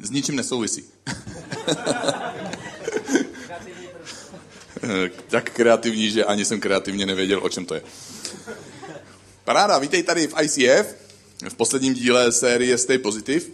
s ničím nesouvisí. Tak kreativní, že ani jsem kreativně nevěděl, o čem to je. Paráda, vítej tady v ICF, v posledním díle série Stay Positive.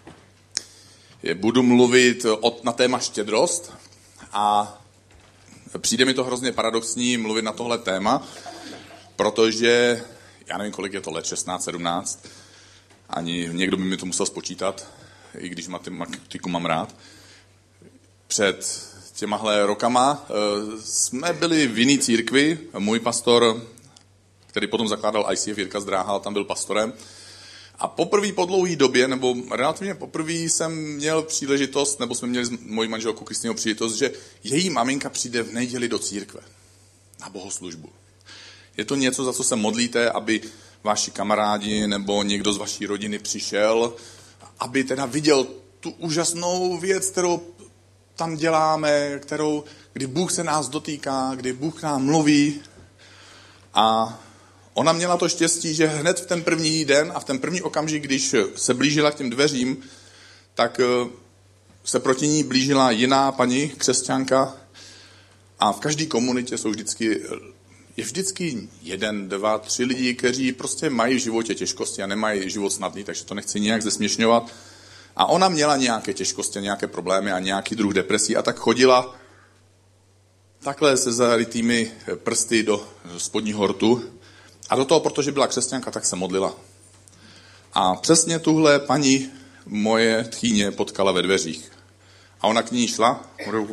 Budu mluvit na téma štědrost a přijde mi to hrozně paradoxní mluvit na tohle téma, protože, já nevím, kolik je to let, 16, 17, ani někdo by mi to musel spočítat, i když matematiku mám rád. Před těmahle rokama jsme byli v jiný církvi, můj pastor, který potom zakládal ICF, Jirka Zdráhal, tam byl pastorem. A poprvé po dlouhé době, nebo relativně poprvé jsem měl příležitost, nebo jsme měli s mojí manželkou Kristýnou příležitost, že její maminka přijde v neděli do církve na bohoslužbu. Je to něco, za co se modlíte, aby vaši kamarádi nebo někdo z vaší rodiny přišel, aby teda viděl tu úžasnou věc, kterou tam děláme, kdy Bůh se nás dotýká, kdy Bůh k nám mluví. A ona měla to štěstí, že hned v ten první den a v ten první okamžik, když se blížila k těm dveřím, tak se proti ní blížila jiná paní, křesťanka. A v každé komunitě je vždycky 1, 2, 3 lidi, kteří prostě mají v životě těžkosti a nemají život snadný, takže to nechci nějak zesměšňovat. A ona měla nějaké těžkosti, nějaké problémy a nějaký druh depresí a tak chodila takhle se zarytými prsty do spodního rtu. A do toho, protože byla křesťanka, tak se modlila. A přesně tuhle paní moje tchýně potkala ve dveřích. A ona k ní šla,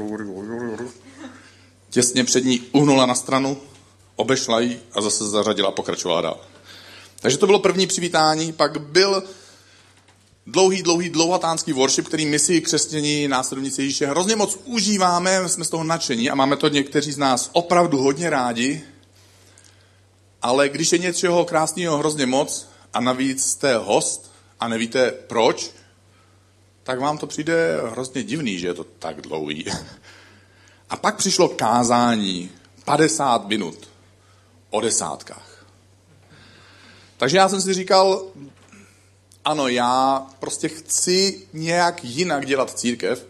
těsně před ní uhnula na stranu, obešla ji a zase zařadila a pokračovala dál. Takže to bylo první přivítání, pak byl dlouhatánský worship, který my si křesťaní, následovníci Ježíše hrozně moc užíváme, jsme z toho nadšení a máme to někteří z nás opravdu hodně rádi, ale když je něčeho krásného hrozně moc a navíc jste host a nevíte proč, tak vám to přijde hrozně divný, že je to tak dlouhý. A pak přišlo kázání 50 minut o desátkách. Takže já jsem si říkal, ano, já prostě chci nějak jinak dělat církev,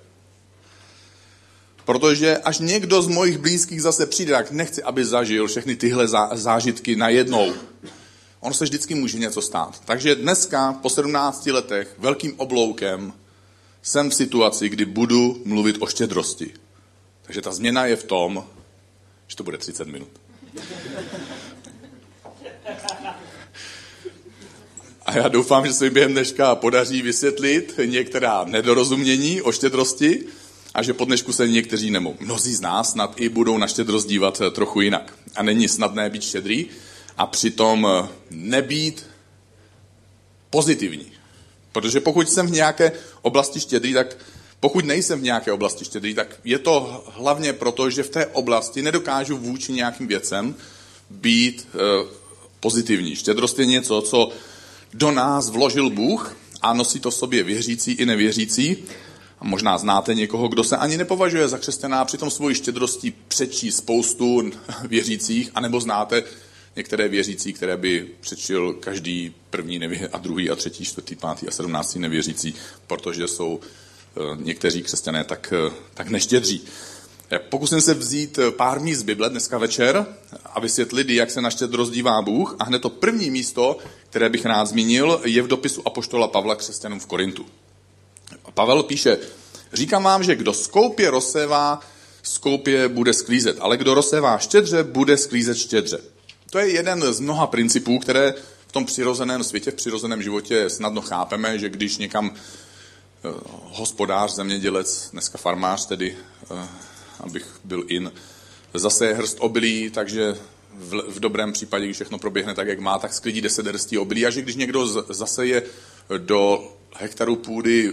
protože až někdo z mojich blízkých zase přijde, tak nechci, aby zažil všechny tyhle zážitky najednou. On se vždycky může něco stát. Takže dneska, po 17 letech, velkým obloukem, jsem v situaci, kdy budu mluvit o štědrosti. Takže ta změna je v tom, že to bude 30 minut. A já doufám, že se mi během dneška podaří vysvětlit některá nedorozumění o štědrosti a že po dnešku se někteří nebo mnozí z nás snad i budou na štědrost dívat trochu jinak. A není snadné být štědrý a přitom nebýt pozitivní. Protože pokud jsem v nějaké oblasti štědrý, pokud nejsem v nějaké oblasti štědrý, tak je to hlavně proto, že v té oblasti nedokážu vůči nějakým věcem být pozitivní. Štědrost je něco, co do nás vložil Bůh a nosí to v sobě věřící i nevěřící. A možná znáte někoho, kdo se ani nepovažuje za křesťana a přitom svojí štědrostí předčí spoustu věřících, anebo znáte některé věřící, které by předčil každý první a druhý a třetí, čtvrtý, pátý a 17. nevěřící, protože jsou někteří křesťané tak neštědří. Pokusím se vzít pár míst z Bible dneska večer a vysvětlit, jak se na štědrost dívá Bůh. A hned to první místo, které bych rád zmínil, je v dopisu apoštola Pavla křesťanům v Korintu. Pavel píše, říkám vám, že kdo skoupě rozsévá, skoupě bude sklízet, ale kdo rozsévá štědře, bude sklízet štědře. To je jeden z mnoha principů, které v tom přirozeném světě, v přirozeném životě snadno chápeme, že když někam hospodář, zemědělec, dneska farmář tedy, abych byl zase hrst obilí, takže v dobrém případě, když všechno proběhne tak, jak má, tak sklidí 10 hrstí obilí. A že když někdo zaseje do hektaru půdy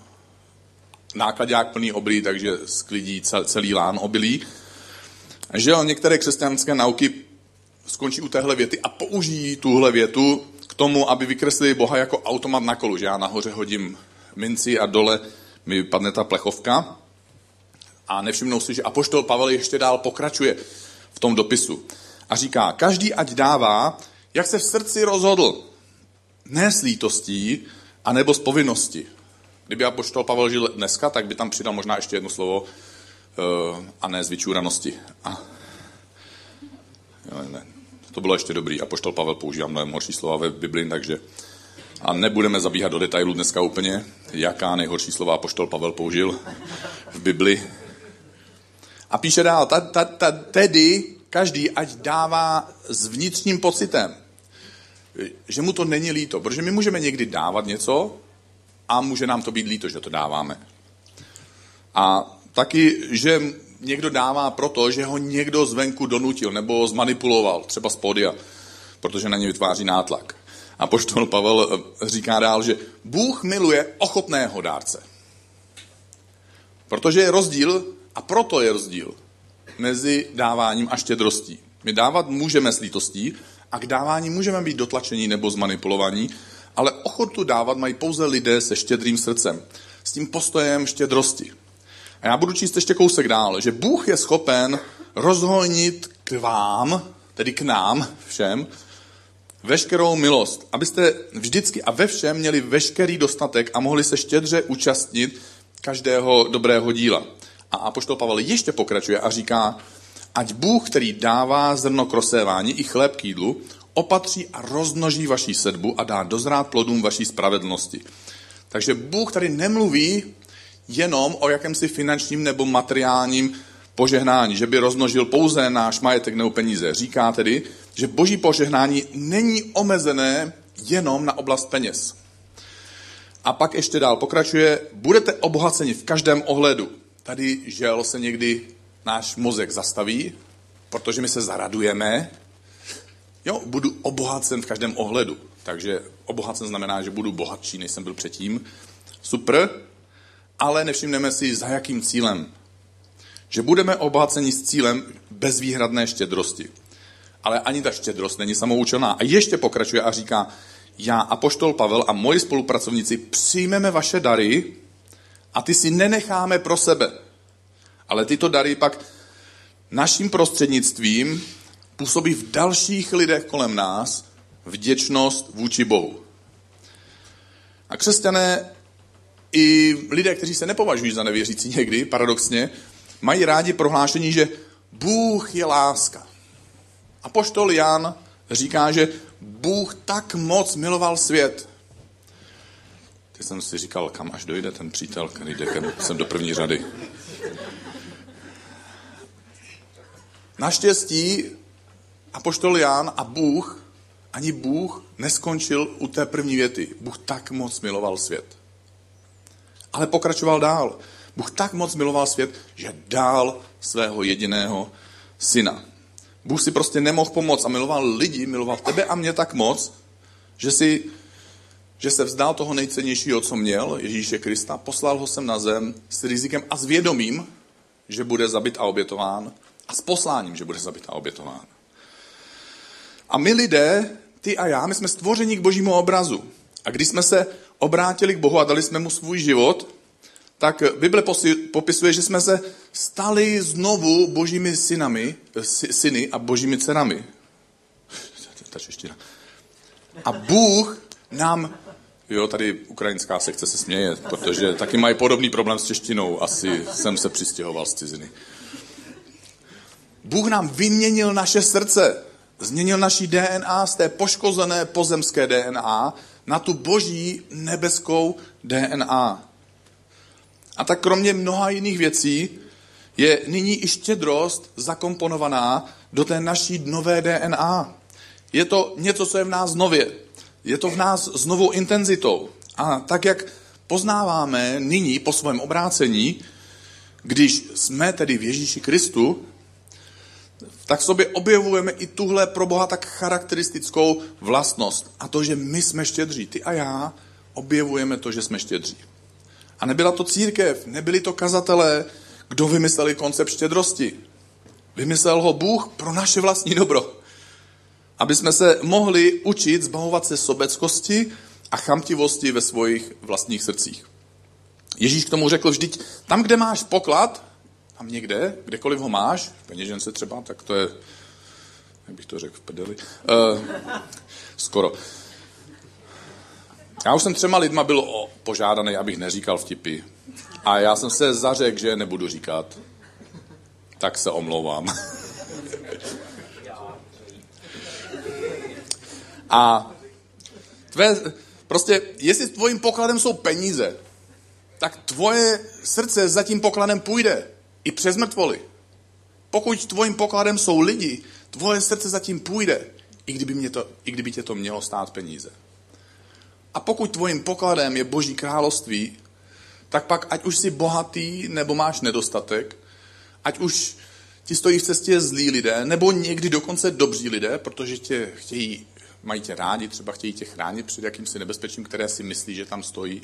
nákladák plný obilí, takže sklidí celý lán obilí. Že některé křesťanské nauky skončí u téhle věty a použijí tuhle větu k tomu, aby vykreslili Boha jako automat na kolu, že já nahoře hodím minci a dole mi vypadne ta plechovka. A nevšimnou si, že apoštol Pavel ještě dál pokračuje v tom dopisu. A říká, každý ať dává, jak se v srdci rozhodl. Ne s lítostí, anebo z povinnosti. Kdyby apoštol Pavel žil dneska, tak by tam přidal možná ještě jedno slovo, a ne z vyčúranosti. Ne. To bylo ještě dobrý. Apoštol Pavel používá mnohem horší slova ve Biblii, takže a nebudeme zabíhat do detailů dneska úplně, jaká nejhorší slova apoštol Pavel použil v Biblii. A píše dál, tedy každý ať dává s vnitřním pocitem, že mu to není líto, protože my můžeme někdy dávat něco a může nám to být líto, že to dáváme. A taky, že někdo dává proto, že ho někdo zvenku donutil nebo zmanipuloval, třeba z pódia, protože na ně vytváří nátlak. A apoštol Pavel říká dál, že Bůh miluje ochotného dárce. Protože je rozdíl, a proto je rozdíl, mezi dáváním a štědrostí. My dávat můžeme s lítostí a k dávání můžeme být dotlačení nebo zmanipulovaní, ale ochotu dávat mají pouze lidé se štědrým srdcem, s tím postojem štědrosti. A já budu číst ještě kousek dál, že Bůh je schopen rozhojnit k vám, tedy k nám všem, veškerou milost, abyste vždycky a ve všem měli veškerý dostatek a mohli se štědře účastnit každého dobrého díla. A apoštol Pavel ještě pokračuje a říká, ať Bůh, který dává zrno k rozsévání i chléb k jídlu, opatří a rozmnoží vaši sedbu a dá dozrát plodům vaší spravedlnosti. Takže Bůh tady nemluví jenom o jakémsi finančním nebo materiálním požehnání, že by rozmnožil pouze náš majetek nebo peníze. Říká tedy, že boží požehnání není omezené jenom na oblast peněz. A pak ještě dál pokračuje, budete obohaceni v každém ohledu. Tady žel se někdy náš mozek zastaví, protože my se zaradujeme. Jo, budu obohacen v každém ohledu. Takže obohacen znamená, že budu bohatší, než jsem byl předtím. Super, ale nevšimneme si, za jakým cílem. Že budeme obohaceni s cílem bezvýhradné štědrosti. Ale ani ta štědrost není samoučelná. A ještě pokračuje a říká, já, apoštol Pavel a moji spolupracovníci přijmeme vaše dary a ty si nenecháme pro sebe. Ale tyto dary pak naším prostřednictvím působí v dalších lidech kolem nás vděčnost vůči Bohu. A křesťané i lidé, kteří se nepovažují za nevěřící někdy, paradoxně, mají rádi prohlášení, že Bůh je láska. Apoštol Jan říká, že Bůh tak moc miloval svět. Teď jsem si říkal, kam až dojde ten přítel, který jde sem do první řady. Naštěstí apoštol Jan a Bůh, ani Bůh neskončil u té první věty. Bůh tak moc miloval svět. Ale pokračoval dál. Bůh tak moc miloval svět, že dal svého jediného syna. Bůh si prostě nemohl pomoct a miloval lidi, miloval tebe a mě tak moc, že se vzdal toho nejcennějšího, co měl, Ježíše Krista, poslal ho sem na zem s rizikem a s vědomím, že bude zabit a obětován, a s posláním, že bude zabit a obětován. A my lidé, ty a já, my jsme stvořeni k božímu obrazu. A když jsme se obrátili k Bohu a dali jsme mu svůj život, tak Bible popisuje, že jsme se stali znovu božími syny a božími dcerami. Ta čeština. A Bůh nám, tady ukrajinská sekce se směje, protože taky mají podobný problém s češtinou. Asi jsem se přistěhoval z ciziny. Bůh nám vyměnil naše srdce, změnil naší DNA z té poškozené pozemské DNA na tu boží nebeskou DNA. A tak kromě mnoha jiných věcí je nyní i štědrost zakomponovaná do té naší nové DNA. Je to něco, co je v nás nově. Je to v nás s novou intenzitou. A tak, jak poznáváme nyní po svém obrácení, když jsme tedy v Ježíši Kristu, tak v sobě objevujeme i tuhle pro Boha tak charakteristickou vlastnost. A to, že my jsme štědří. Ty a já objevujeme to, že jsme štědří. A nebyla to církev, nebyli to kazatelé, kdo vymysleli koncept štědrosti. Vymyslel ho Bůh pro naše vlastní dobro. Aby jsme se mohli učit zbavovat se sobeckosti a chamtivosti ve svých vlastních srdcích. Ježíš k tomu řekl vždyť, tam, kde máš poklad, tam někde, kdekoliv ho máš, v peněžence třeba, tak to je, jak bych to řekl, v prdeli, skoro. Já už jsem 3 lidma byl požádaný, abych neříkal vtipy. A já jsem se zařekl, že nebudu říkat. Tak se omlouvám. A prostě, jestli tvojím pokladem jsou peníze, tak tvoje srdce za tím pokladem půjde. I přes mrtvoly. Pokud tvojím pokladem jsou lidi, tvoje srdce za tím půjde. I kdyby tě to mělo stát peníze. A pokud tvojím pokladem je Boží království, tak pak ať už jsi bohatý, nebo máš nedostatek, ať už ti stojí v cestě zlí lidé, nebo někdy dokonce dobří lidé, protože mají tě rádi, třeba chtějí tě chránit před jakýmsi nebezpečím, které si myslí, že tam stojí,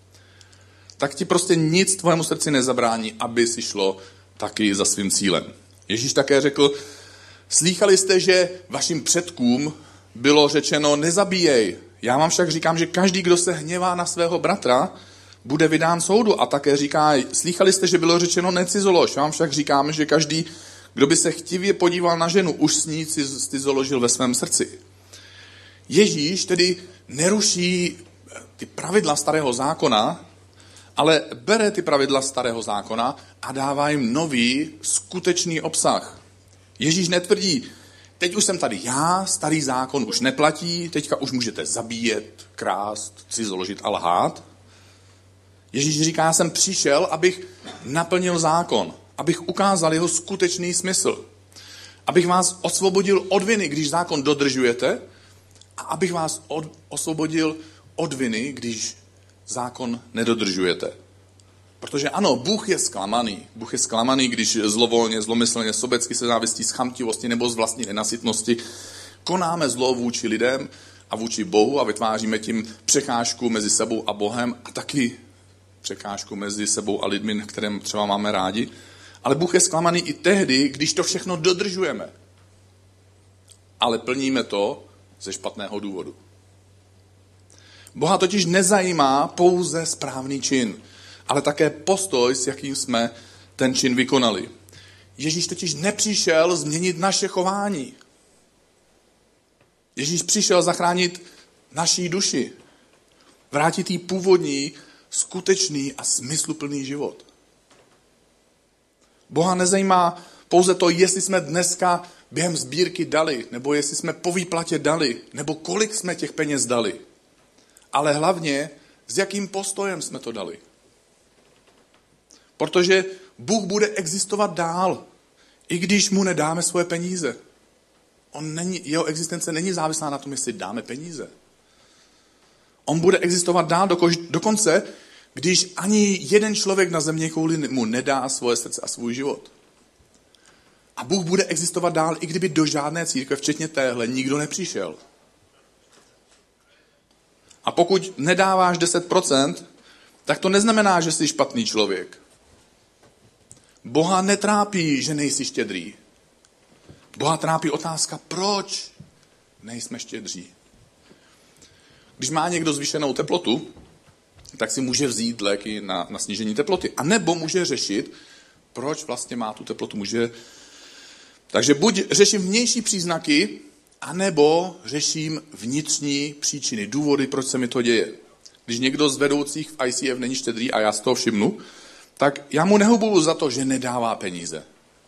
tak ti prostě nic tvému srdci nezabrání, aby si šlo taky za svým cílem. Ježíš také řekl, slýchali jste, že vašim předkům bylo řečeno nezabíjej. Já vám však říkám, že každý, kdo se hněvá na svého bratra, bude vydán soudu. A také říká, slýchali jste, že bylo řečeno necizolož. Já vám však říkám, že každý, kdo by se chtivě podíval na ženu, už s ní cizoložil ve svém srdci. Ježíš tedy neruší ty pravidla starého zákona, ale bere ty pravidla starého zákona a dává jim nový, skutečný obsah. Ježíš netvrdí, teď už jsem tady já, starý zákon už neplatí, teďka už můžete zabíjet, krást, cizoložit a lhát. Ježíš říká, já jsem přišel, abych naplnil zákon, abych ukázal jeho skutečný smysl, abych vás osvobodil od viny, když zákon dodržujete, a abych vás osvobodil od viny, když zákon nedodržujete. Protože ano, Bůh je zklamaný. Bůh je zklamaný, když zlovolně, zlomyslně, sobecky se závistí z chamtivosti nebo z vlastní nenasytnosti konáme zlo vůči lidem a vůči Bohu a vytváříme tím překážku mezi sebou a Bohem a taky překážku mezi sebou a lidmi, kterým třeba máme rádi. Ale Bůh je zklamaný i tehdy, když to všechno dodržujeme. Ale plníme to ze špatného důvodu. Boha totiž nezajímá pouze správný čin, ale také postoj, s jakým jsme ten čin vykonali. Ježíš totiž nepřišel změnit naše chování. Ježíš přišel zachránit naší duši. Vrátit jí původní, skutečný a smysluplný život. Boha nezajímá pouze to, jestli jsme dneska během sbírky dali, nebo jestli jsme po výplatě dali, nebo kolik jsme těch peněz dali. Ale hlavně, s jakým postojem jsme to dali. Protože Bůh bude existovat dál, i když mu nedáme svoje peníze. Jeho existence není závislá na tom, jestli dáme peníze. On bude existovat dál dokonce, když ani jeden člověk na země kouli mu nedá svoje srdce a svůj život. A Bůh bude existovat dál, i kdyby do žádné církve, včetně téhle, nikdo nepřišel. A pokud nedáváš 10%, tak to neznamená, že jsi špatný člověk. Boha netrápí, že nejsi štědrý. Boha trápí otázka, proč nejsme štědří. Když má někdo zvýšenou teplotu, tak si může vzít léky na snížení teploty. A nebo může řešit, proč vlastně má tu teplotu. Takže buď řeším vnější příznaky, anebo řeším vnitřní příčiny, důvody, proč se mi to děje. Když někdo z vedoucích v ICF není štědrý a já z toho všimnu, tak já mu nehubuju za to, že nedává peníze.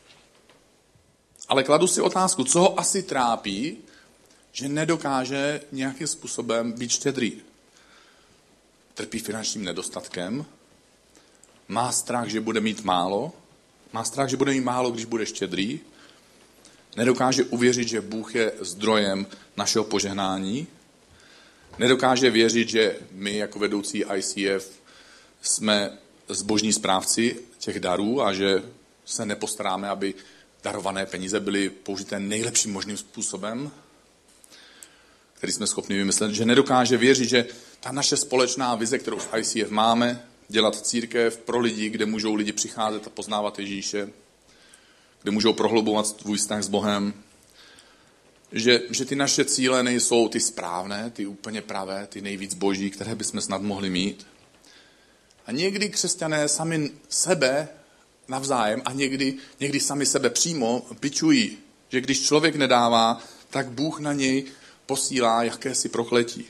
Ale kladu si otázku, co ho asi trápí, že nedokáže nějakým způsobem být štědrý. Trpí finančním nedostatkem, má strach, že bude mít málo, když bude štědrý, nedokáže uvěřit, že Bůh je zdrojem našeho požehnání, nedokáže věřit, že my jako vedoucí ICF jsme zbožní správci těch darů a že se nepostaráme, aby darované peníze byly použité nejlepším možným způsobem, který jsme schopni vymyslet, že nedokáže věřit, že ta naše společná vize, kterou v ICF máme, dělat církev pro lidi, kde můžou lidi přicházet a poznávat Ježíše, kde můžou prohlubovat svůj vztah s Bohem, že ty naše cíle nejsou ty správné, ty úplně pravé, ty nejvíc boží, které bychom snad mohli mít. A někdy křesťané sami sebe navzájem a někdy sami sebe přímo bičují, že když člověk nedává, tak Bůh na něj posílá jakési prokletí.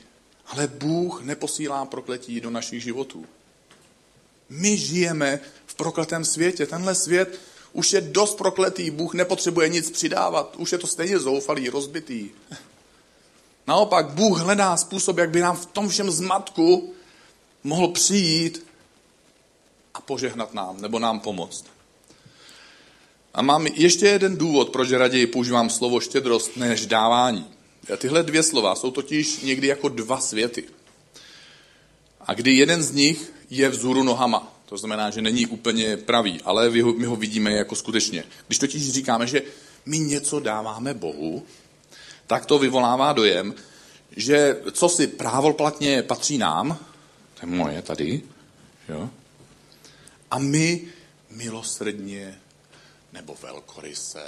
Ale Bůh neposílá prokletí do našich životů. My žijeme v prokletém světě. Tenhle svět už je dost prokletý. Bůh nepotřebuje nic přidávat. Už je to stejně zoufalý, rozbitý. Naopak Bůh hledá způsob, jak by nám v tom všem zmatku mohl přijít a požehnat nám, nebo nám pomoct. A mám ještě jeden důvod, proč raději používám slovo štědrost než dávání. A tyhle dvě slova jsou totiž někdy jako dva světy. A kdy jeden z nich je vzhůru nohama. To znamená, že není úplně pravý, ale my ho vidíme jako skutečně. Když totiž říkáme, že my něco dáváme Bohu, tak to vyvolává dojem, že co si právoplatně patří nám, to je moje tady, jo? A my milosrdně nebo velkoryse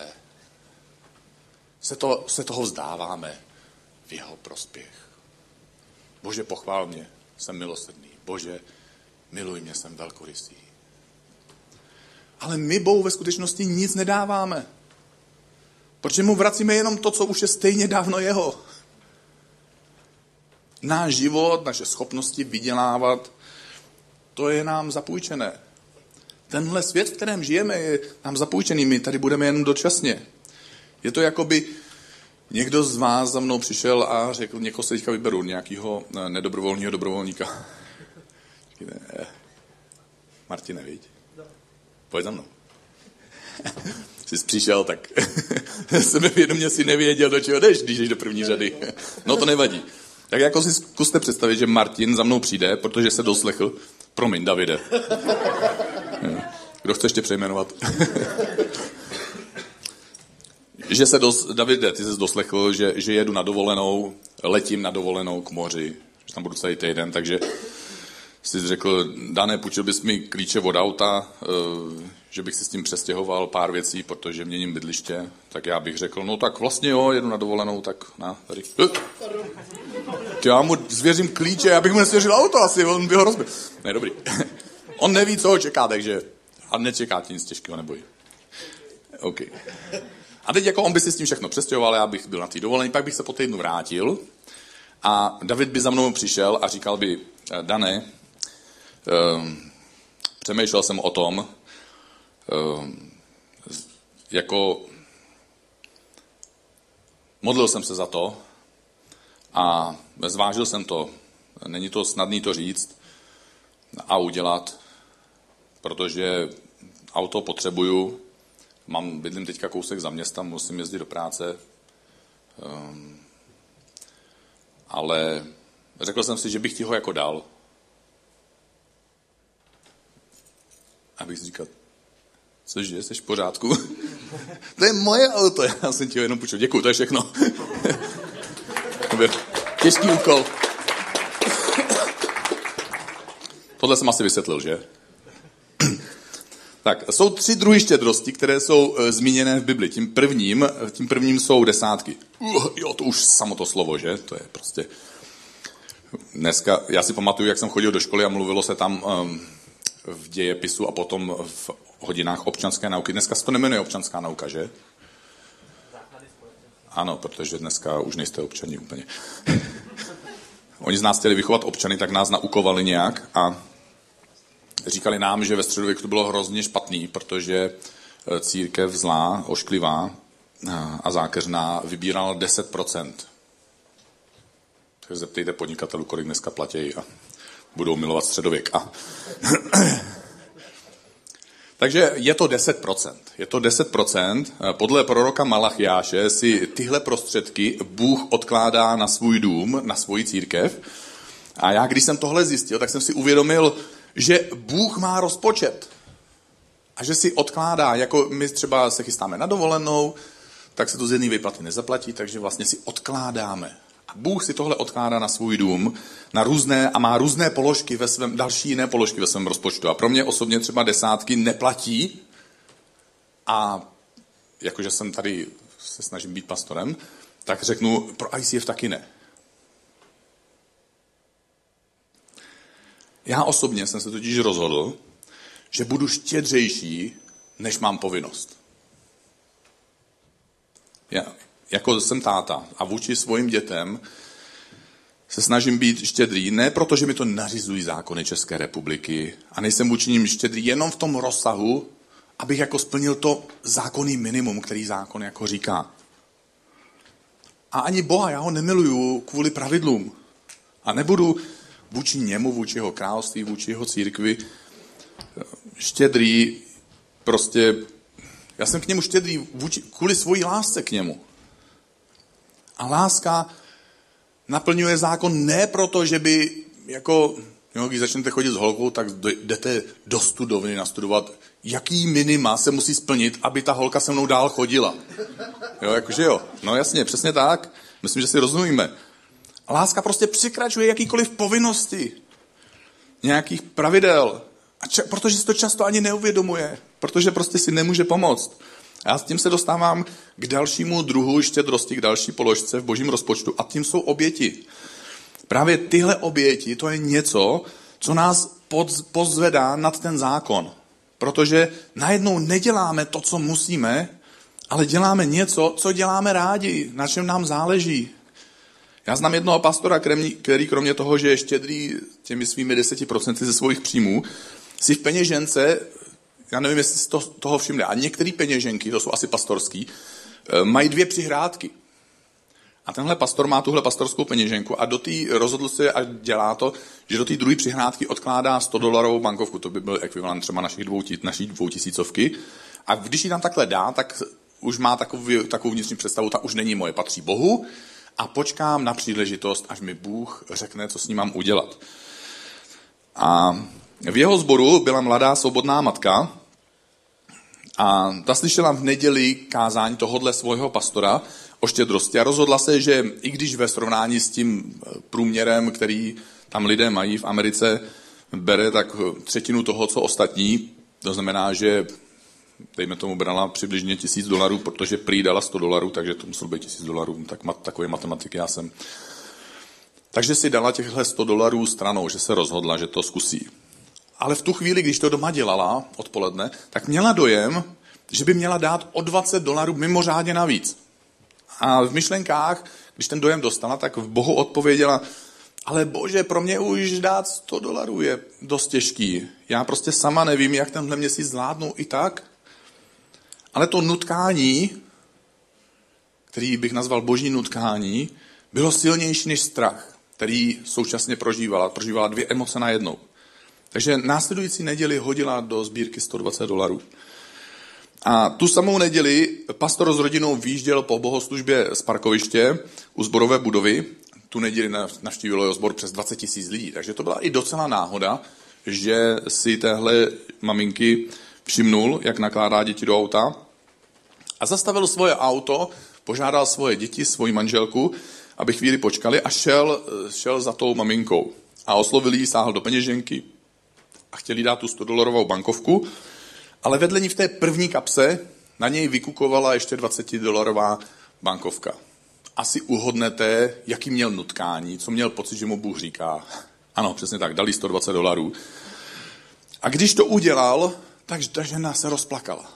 se toho vzdáváme v jeho prospěch. Bože, pochvál mě, jsem milosrdný. Bože, miluj mě, jsem velkorysý. Ale my Bohu ve skutečnosti nic nedáváme. Protože mu vracíme jenom to, co už je stejně dávno jeho. Náš život, naše schopnosti vydělávat, to je nám zapůjčené. Tenhle svět, v kterém žijeme, je nám zapůjčený. My tady budeme jen dočasně. Je to jako by někdo z vás za mnou přišel a řekl, někoho se teďka vyberu, nějakého nedobrovolného dobrovolníka. Martine, viď? Pojď za mnou. Jsi přišel, tak sebevědomě si nevěděl, do čeho jdeš, když jdeš do první řady. No to nevadí. Tak jako si zkuste představit, že Martin za mnou přijde, protože se doslechl. Promiň, Davide. Kdo chce ještě přejmenovat? Davide, ty jsi doslechl, že jedu na dovolenou, letím na dovolenou k moři, že tam budu celý týden, takže jsi řekl, Dané, půjčil bys mi klíče od auta, že bych si s tím přestěhoval pár věcí, protože měním bydliště, tak já bych řekl, no tak vlastně jo, jedu na dovolenou, tak na, tady. Já mu zvěřím klíče, já bych mu nesvěřil auto asi, on by ho rozbil. Ne, dobrý. On neví, co ho čeká, takže a nečeká ti nic těžkého, neboj. OK. A teď jako on by si s tím všechno přestěhoval, já bych byl na té dovolené, pak bych se po týdnu vrátil a David by za mnou přišel a říkal by, Dané, přemýšlel jsem o tom, jako modlil jsem se za to a zvážil jsem to. Není to snadný to říct a udělat, protože auto potřebuju, bydlím teďka kousek za města, musím jezdit do práce, ale řekl jsem si, že bych ti ho jako dal. Abych si říkal, cože, jsi v pořádku? To je moje auto, já jsem ti ho jenom půjčil. Děkuju, to je všechno. Těžký úkol. Tohle jsem asi vysvětlil, že? Tak, jsou 3 druhy štědrosti, které jsou zmíněné v Bibli. Tím prvním jsou desátky. Jo, to už samo to slovo, že? To je prostě... Dneska, já si pamatuju, jak jsem chodil do školy a mluvilo se tam v dějepisu a potom v hodinách občanské nauky. Dneska se to nemenuje občanská nauka, že? Ano, protože dneska už nejste občani úplně. Oni z nás chtěli vychovat občany, tak nás naukovali nějak a říkali nám, že ve středověku to bylo hrozně špatný, protože církev zlá, ošklivá a zákeřná vybírala 10%. Tak zeptejte podnikatelů, kolik dneska platí a budou milovat středověk. Takže je to 10%. Je to 10%. Podle proroka Malachiáše si tyhle prostředky Bůh odkládá na svůj dům, na svoji církev. A já, když jsem tohle zjistil, tak jsem si uvědomil, že Bůh má rozpočet. A že si odkládá, jako my třeba se chystáme na dovolenou, tak se to z jedné výplaty nezaplatí, takže vlastně si odkládáme. A Bůh si tohle odkládá na svůj dům, na různé, a má různé položky další jiné položky ve svém rozpočtu. A pro mě osobně třeba desátky neplatí. A jakože jsem tady se snažím být pastorem, tak řeknu, pro ICF taky ne. Já osobně jsem se totiž rozhodl, že budu štědřejší, než mám povinnost. Já, jako jsem táta a vůči svým dětem se snažím být štědrý, ne proto, že mi to nařizují zákony České republiky a nejsem vůči nim štědrý jenom v tom rozsahu, abych jako splnil to zákonný minimum, který zákon jako říká. A ani Boha, já ho nemiluju kvůli pravidlům. A nebudu vůči němu, vůči jeho království, vůči jeho církvi štědrý, prostě, já jsem k němu štědrý kvůli svojí lásce k němu. A láska naplňuje zákon ne proto, že by, jako, když začnete chodit s holkou, tak jdete do studovny nastudovat, jaký minima se musí splnit, aby ta holka se mnou dál chodila. Jakože jo. No jasně, přesně tak. Myslím, že si rozumíme. A láska prostě překračuje jakýkoliv povinnosti, nějakých pravidel. Protože si to často ani neuvědomuje. Protože prostě si nemůže pomoct. A já s tím se dostávám k dalšímu druhu štědrosti, k další položce v božím rozpočtu. A tím jsou oběti. Právě tyhle oběti, to je něco, co nás pozvedá nad ten zákon. Protože najednou neděláme to, co musíme, ale děláme něco, co děláme rádi, na čem nám záleží. Já znám jednoho pastora, který kromě toho, že je štědrý těmi svými 10% ze svých příjmů, si v peněžence, já nevím, jestli si toho všimne, a některé peněženky, to jsou asi pastorský, mají 2 přihrádky. A tenhle pastor má tuhle pastorskou peněženku a rozhodl se a dělá to, že do té druhé přihrádky odkládá $100 bankovku, to by byl ekvivalent třeba naší 2000. A když ji tam takhle dá, tak už má takovou vnitřní představu, ta už není moje, patří Bohu a počkám na příležitost, až mi Bůh řekne, co s ním mám udělat. A v jeho sboru byla mladá svobodná matka a ta slyšela v neděli kázání tohodle svého pastora o štědrosti a rozhodla se, že i když ve srovnání s tím průměrem, který tam lidé mají v Americe, bere tak 1/3 toho, co ostatní, to znamená, že dejme tomu brala přibližně $1000, protože prý dala $100, takže to muselo být $1000, tak takové matematiky já jsem. Takže si dala těchhle $100 stranou, že se rozhodla, že to zkusí. Ale v tu chvíli, když to doma dělala odpoledne, tak měla dojem, že by měla dát o $20 mimořádně navíc. A v myšlenkách, když ten dojem dostala, tak v Bohu odpověděla, ale Bože, pro mě už dát $100 je dost těžký. Já prostě sama nevím, jak tenhle měsíc zvládnu i tak. Ale to nutkání, který bych nazval boží nutkání, bylo silnější než strach, který současně prožívala. Prožívala 2 emoce najednou. Takže následující neděli hodila do sbírky $120. A tu samou neděli pastor s rodinou vyjížděl po bohoslužbě z parkoviště u sborové budovy. Tu neděli navštívilo jeho sbor přes 20 000 lidí. Takže to byla i docela náhoda, že si téhle maminky všimnul, jak nakládá děti do auta. A zastavil svoje auto, požádal svoje děti, svoji manželku, aby chvíli počkali a šel za tou maminkou. A oslovil jí, sáhl do peněženky a chtěli dát tu $100 bankovku, ale vedle ní v té první kapse na něj vykukovala ještě $20 bankovka. Asi uhodnete, jaký měl nutkání, co měl pocit, že mu Bůh říká. Ano, přesně tak, dali $120. A když to udělal, tak ta žena se rozplakala.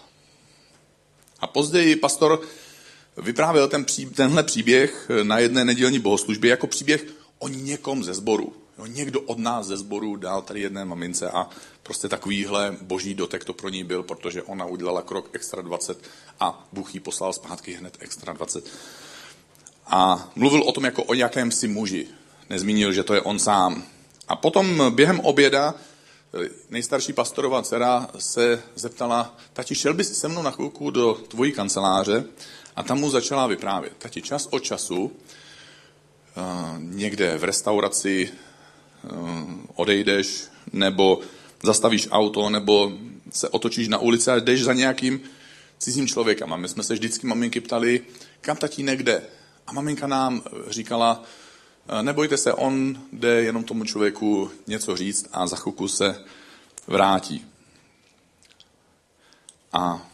A později pastor vyprávěl tenhle příběh na jedné nedělní bohoslužbě jako příběh o někom ze sboru. Někdo od nás ze sboru dal tady jedné mamince a prostě takovýhle boží dotek to pro ní byl, protože ona udělala krok extra 20 a Bůh jí poslal zpátky hned extra 20. A mluvil o tom jako o jakémsi muži. Nezmínil, že to je on sám. A potom během oběda nejstarší pastorova dcera se zeptala, tati, šel bys se mnou na chvilku do tvojí kanceláře? A tam mu začala vyprávět. Tati, čas od času někde v restauraci odejdeš, nebo zastavíš auto, nebo se otočíš na ulici a jdeš za nějakým cizím člověkem. A my jsme se vždycky maminky ptali, kam tatínek jde? A maminka nám říkala, nebojte se, on jde jenom tomu člověku něco říct a za chvilku se vrátí. A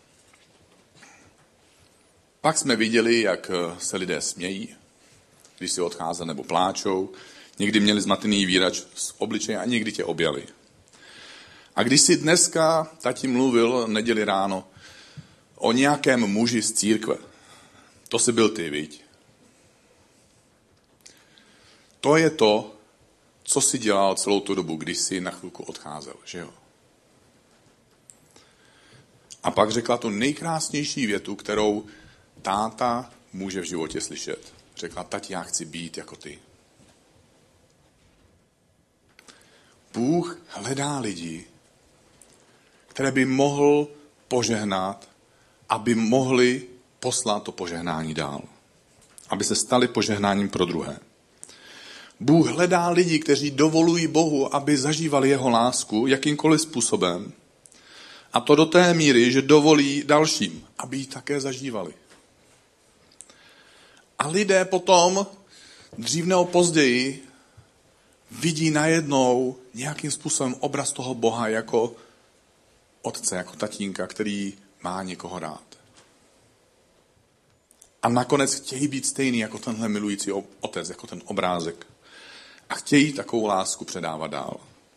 pak jsme viděli, jak se lidé smějí, když si odcházeli nebo pláčou. Někdy měli zmatený výrač z obličeje a někdy tě objali. A když si dneska tati mluvil neděli ráno o nějakém muži z církve, to si byl ty, viď? to je to, co si dělal celou tu dobu, když si na chvilku odcházel, že jo? A pak řekla tu nejkrásnější větu, kterou táta může v životě slyšet. Řekla, tati, já chci být jako ty. Bůh hledá lidi, které by mohl požehnat, aby mohli poslat to požehnání dál. Aby se stali požehnáním pro druhé. Bůh hledá lidi, kteří dovolují Bohu, aby zažívali jeho lásku jakýmkoliv způsobem. A to do té míry, že dovolí dalším, aby ji také zažívali. A lidé potom, dřív nebo později, vidí najednou nějakým způsobem obraz toho Boha jako otce, jako tatínka, který má někoho rád. A nakonec chtějí být stejný jako tenhle milující otec, jako ten obrázek. A chtějí takovou lásku předávat dál.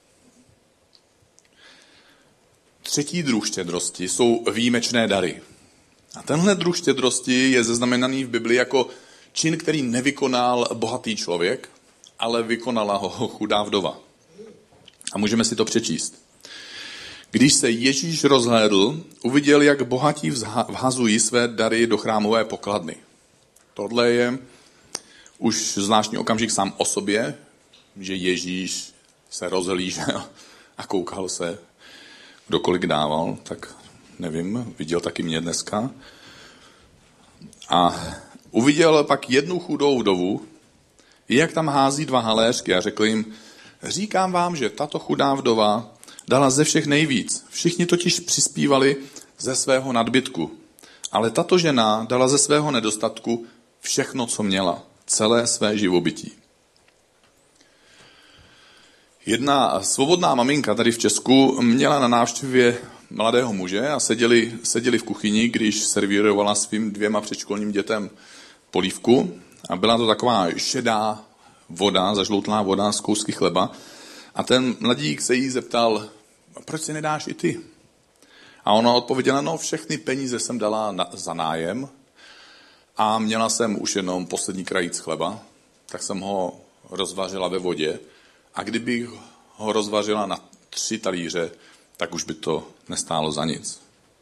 Třetí druh štědrosti jsou výjimečné dary. A tenhle druh štědrosti je zaznamenaný v Biblii jako čin, který nevykonal bohatý člověk, ale vykonala ho chudá vdova. A můžeme si to přečíst. Když se Ježíš rozhlédl, uviděl, jak bohatí vhazují své dary do chrámové pokladny. Tohle je už zvláštní okamžik sám o sobě, že Ježíš se rozhlížel a koukal se, kdo kolik dával, tak nevím, viděl taky mě dneska. A uviděl pak jednu chudou vdovu, jak tam hází 2 haléřky a řekl jim, říkám vám, že tato chudá vdova dala ze všech nejvíc. Všichni totiž přispívali ze svého nadbytku. Ale tato žena dala ze svého nedostatku všechno, co měla. Celé své živobytí. Jedna svobodná maminka tady v Česku měla na návštěvě mladého muže a seděli v kuchyni, když servírovala svým 2 předškolním dětem polívku. A byla to taková šedá voda, zažloutná voda z kousky chleba. A ten mladík se jí zeptal, proč si nedáš i ty? A ona odpověděla, no všechny peníze jsem dala za nájem a měla jsem už jenom poslední krajíc chleba, tak jsem ho rozvařila ve vodě a kdybych ho rozvařila na 3 talíře, tak už by to nestálo za nic.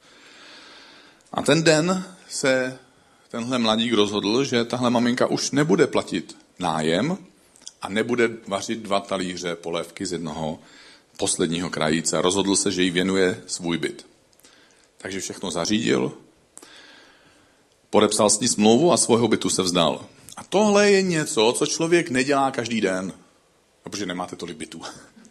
A ten den se tenhle mladík rozhodl, že tahle maminka už nebude platit nájem a nebude vařit 2 talíře polévky z jednoho posledního krajíce. A rozhodl se, že jí věnuje svůj byt. Takže všechno zařídil, podepsal s ní smlouvu a svého bytu se vzdal. A tohle je něco, co člověk nedělá každý den, protože nemáte tolik bytů.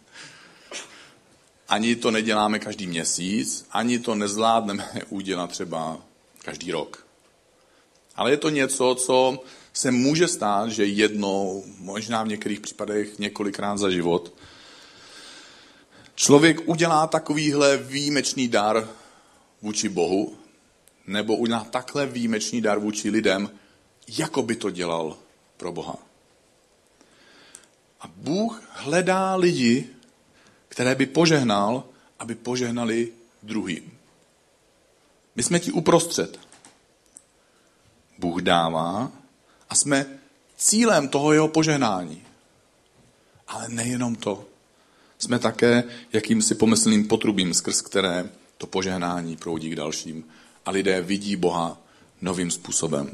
Ani to neděláme každý měsíc, ani to nezvládneme udělat třeba každý rok. Ale je to něco, co se může stát, že jednou, možná v některých případech několikrát za život, člověk udělá takovýhle výjimečný dar vůči Bohu, nebo udělá takhle výjimečný dar vůči lidem, jako by to dělal pro Boha. A Bůh hledá lidi, které by požehnal, aby požehnali druhým. My jsme ti uprostřed. Bůh dává a jsme cílem toho jeho požehnání. Ale nejenom to. Jsme také jakýmsi pomyslným potrubím, skrz které to požehnání proudí k dalším. A lidé vidí Boha novým způsobem.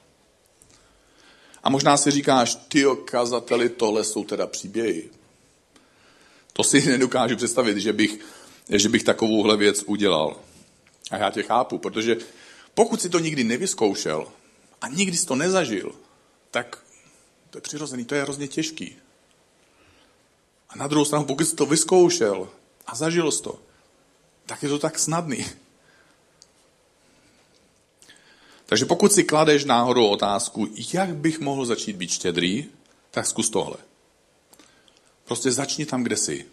A možná si říkáš, tyjo, kazateli, tohle jsou teda příběhy. To si nedokážu představit, že bych takovouhle věc udělal. A já tě chápu, protože pokud si to nikdy nevyzkoušel a nikdy jsi to nezažil, tak to je přirozený, to je hrozně těžký. A na druhou stranu, pokud jsi to vyzkoušel a zažil jsi to, tak je to tak snadný. Takže pokud si kladeš náhodou otázku, jak bych mohl začít být štědrý, tak zkus tohle. Prostě začni tam, kde jsi.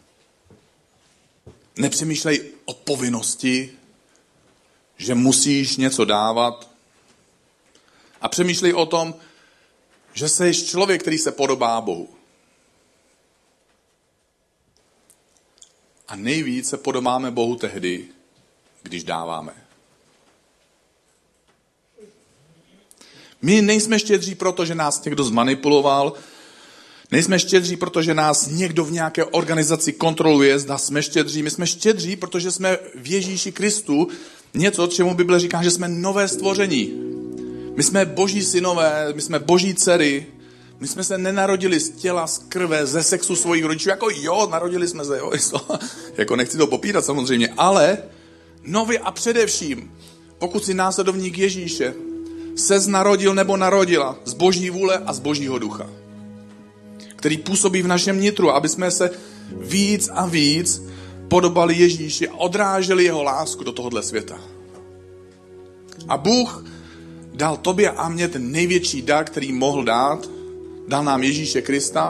Nepřemýšlej o povinnosti, že musíš něco dávat. A přemýšlej o tom, že jsi člověk, který se podobá Bohu. A nejvíc se podobáme Bohu tehdy, když dáváme. My nejsme štědří proto, že nás někdo zmanipuloval, Nejsme štědří, protože nás někdo v nějaké organizaci kontroluje, zda jsme štědří. My jsme štědří, protože jsme v Ježíši Kristu něco, čemu Bible říká, že jsme nové stvoření. My jsme boží synové, my jsme boží dcery, my jsme se nenarodili z těla, z krve, ze sexu svojich rodičů, jako jo, narodili jsme se, jo, jako nechci to popírat samozřejmě, ale nově a především, pokud si následovník Ježíše, ses narodil nebo narodila z boží vůle a z božího ducha, který působí v našem nitru, aby jsme se víc a víc podobali Ježíši a odráželi jeho lásku do tohohle světa. A Bůh dal tobě a mně ten největší dar, který mohl dát, dal nám Ježíše Krista.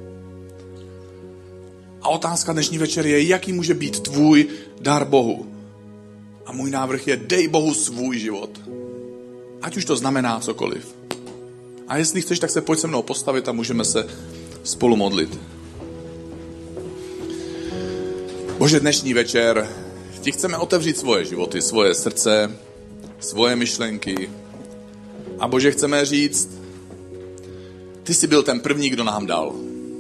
A otázka dnešní večer je, jaký může být tvůj dar Bohu. A můj návrh je, dej Bohu svůj život. Ať už to znamená cokoliv. A jestli chceš, tak se pojď se mnou postavit a můžeme se spolu modlit. Bože, dnešní večer ti chceme otevřít svoje životy, svoje srdce, svoje myšlenky. A Bože, chceme říct, ty jsi byl ten první, kdo nám dal.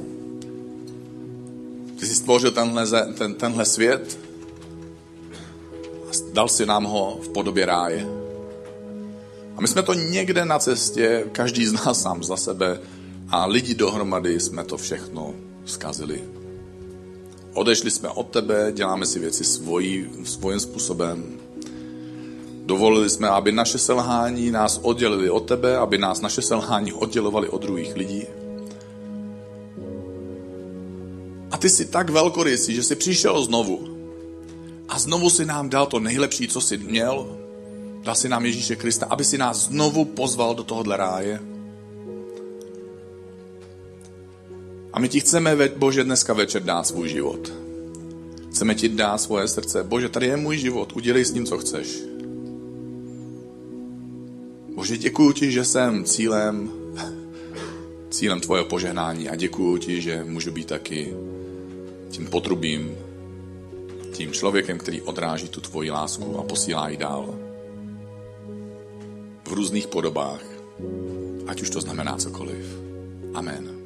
Ty jsi stvořil tenhle svět a dal si nám ho v podobě ráje. A my jsme to někde na cestě, každý z nás sám za sebe a lidi dohromady jsme to všechno zkazili. Odešli jsme od tebe, děláme si věci svým způsobem. Dovolili jsme, aby naše selhání nás oddělili od tebe, aby nás naše selhání oddělovali od druhých lidí. A ty jsi tak velkorysý, že jsi přišel znovu. A znovu si nám dal to nejlepší, co jsi měl. Dal si nám Ježíše Krista, aby si nás znovu pozval do tohohle ráje. A my ti chceme, Bože, dneska večer dát svůj život. Chceme ti dát svoje srdce. Bože, tady je můj život, udělej s ním, co chceš. Bože, děkuju ti, že jsem cílem tvojeho požehnání a děkuju ti, že můžu být taky tím potrubím, tím člověkem, který odráží tu tvoji lásku a posílá ji dál. V různých podobách, ať už to znamená cokoliv. Amen.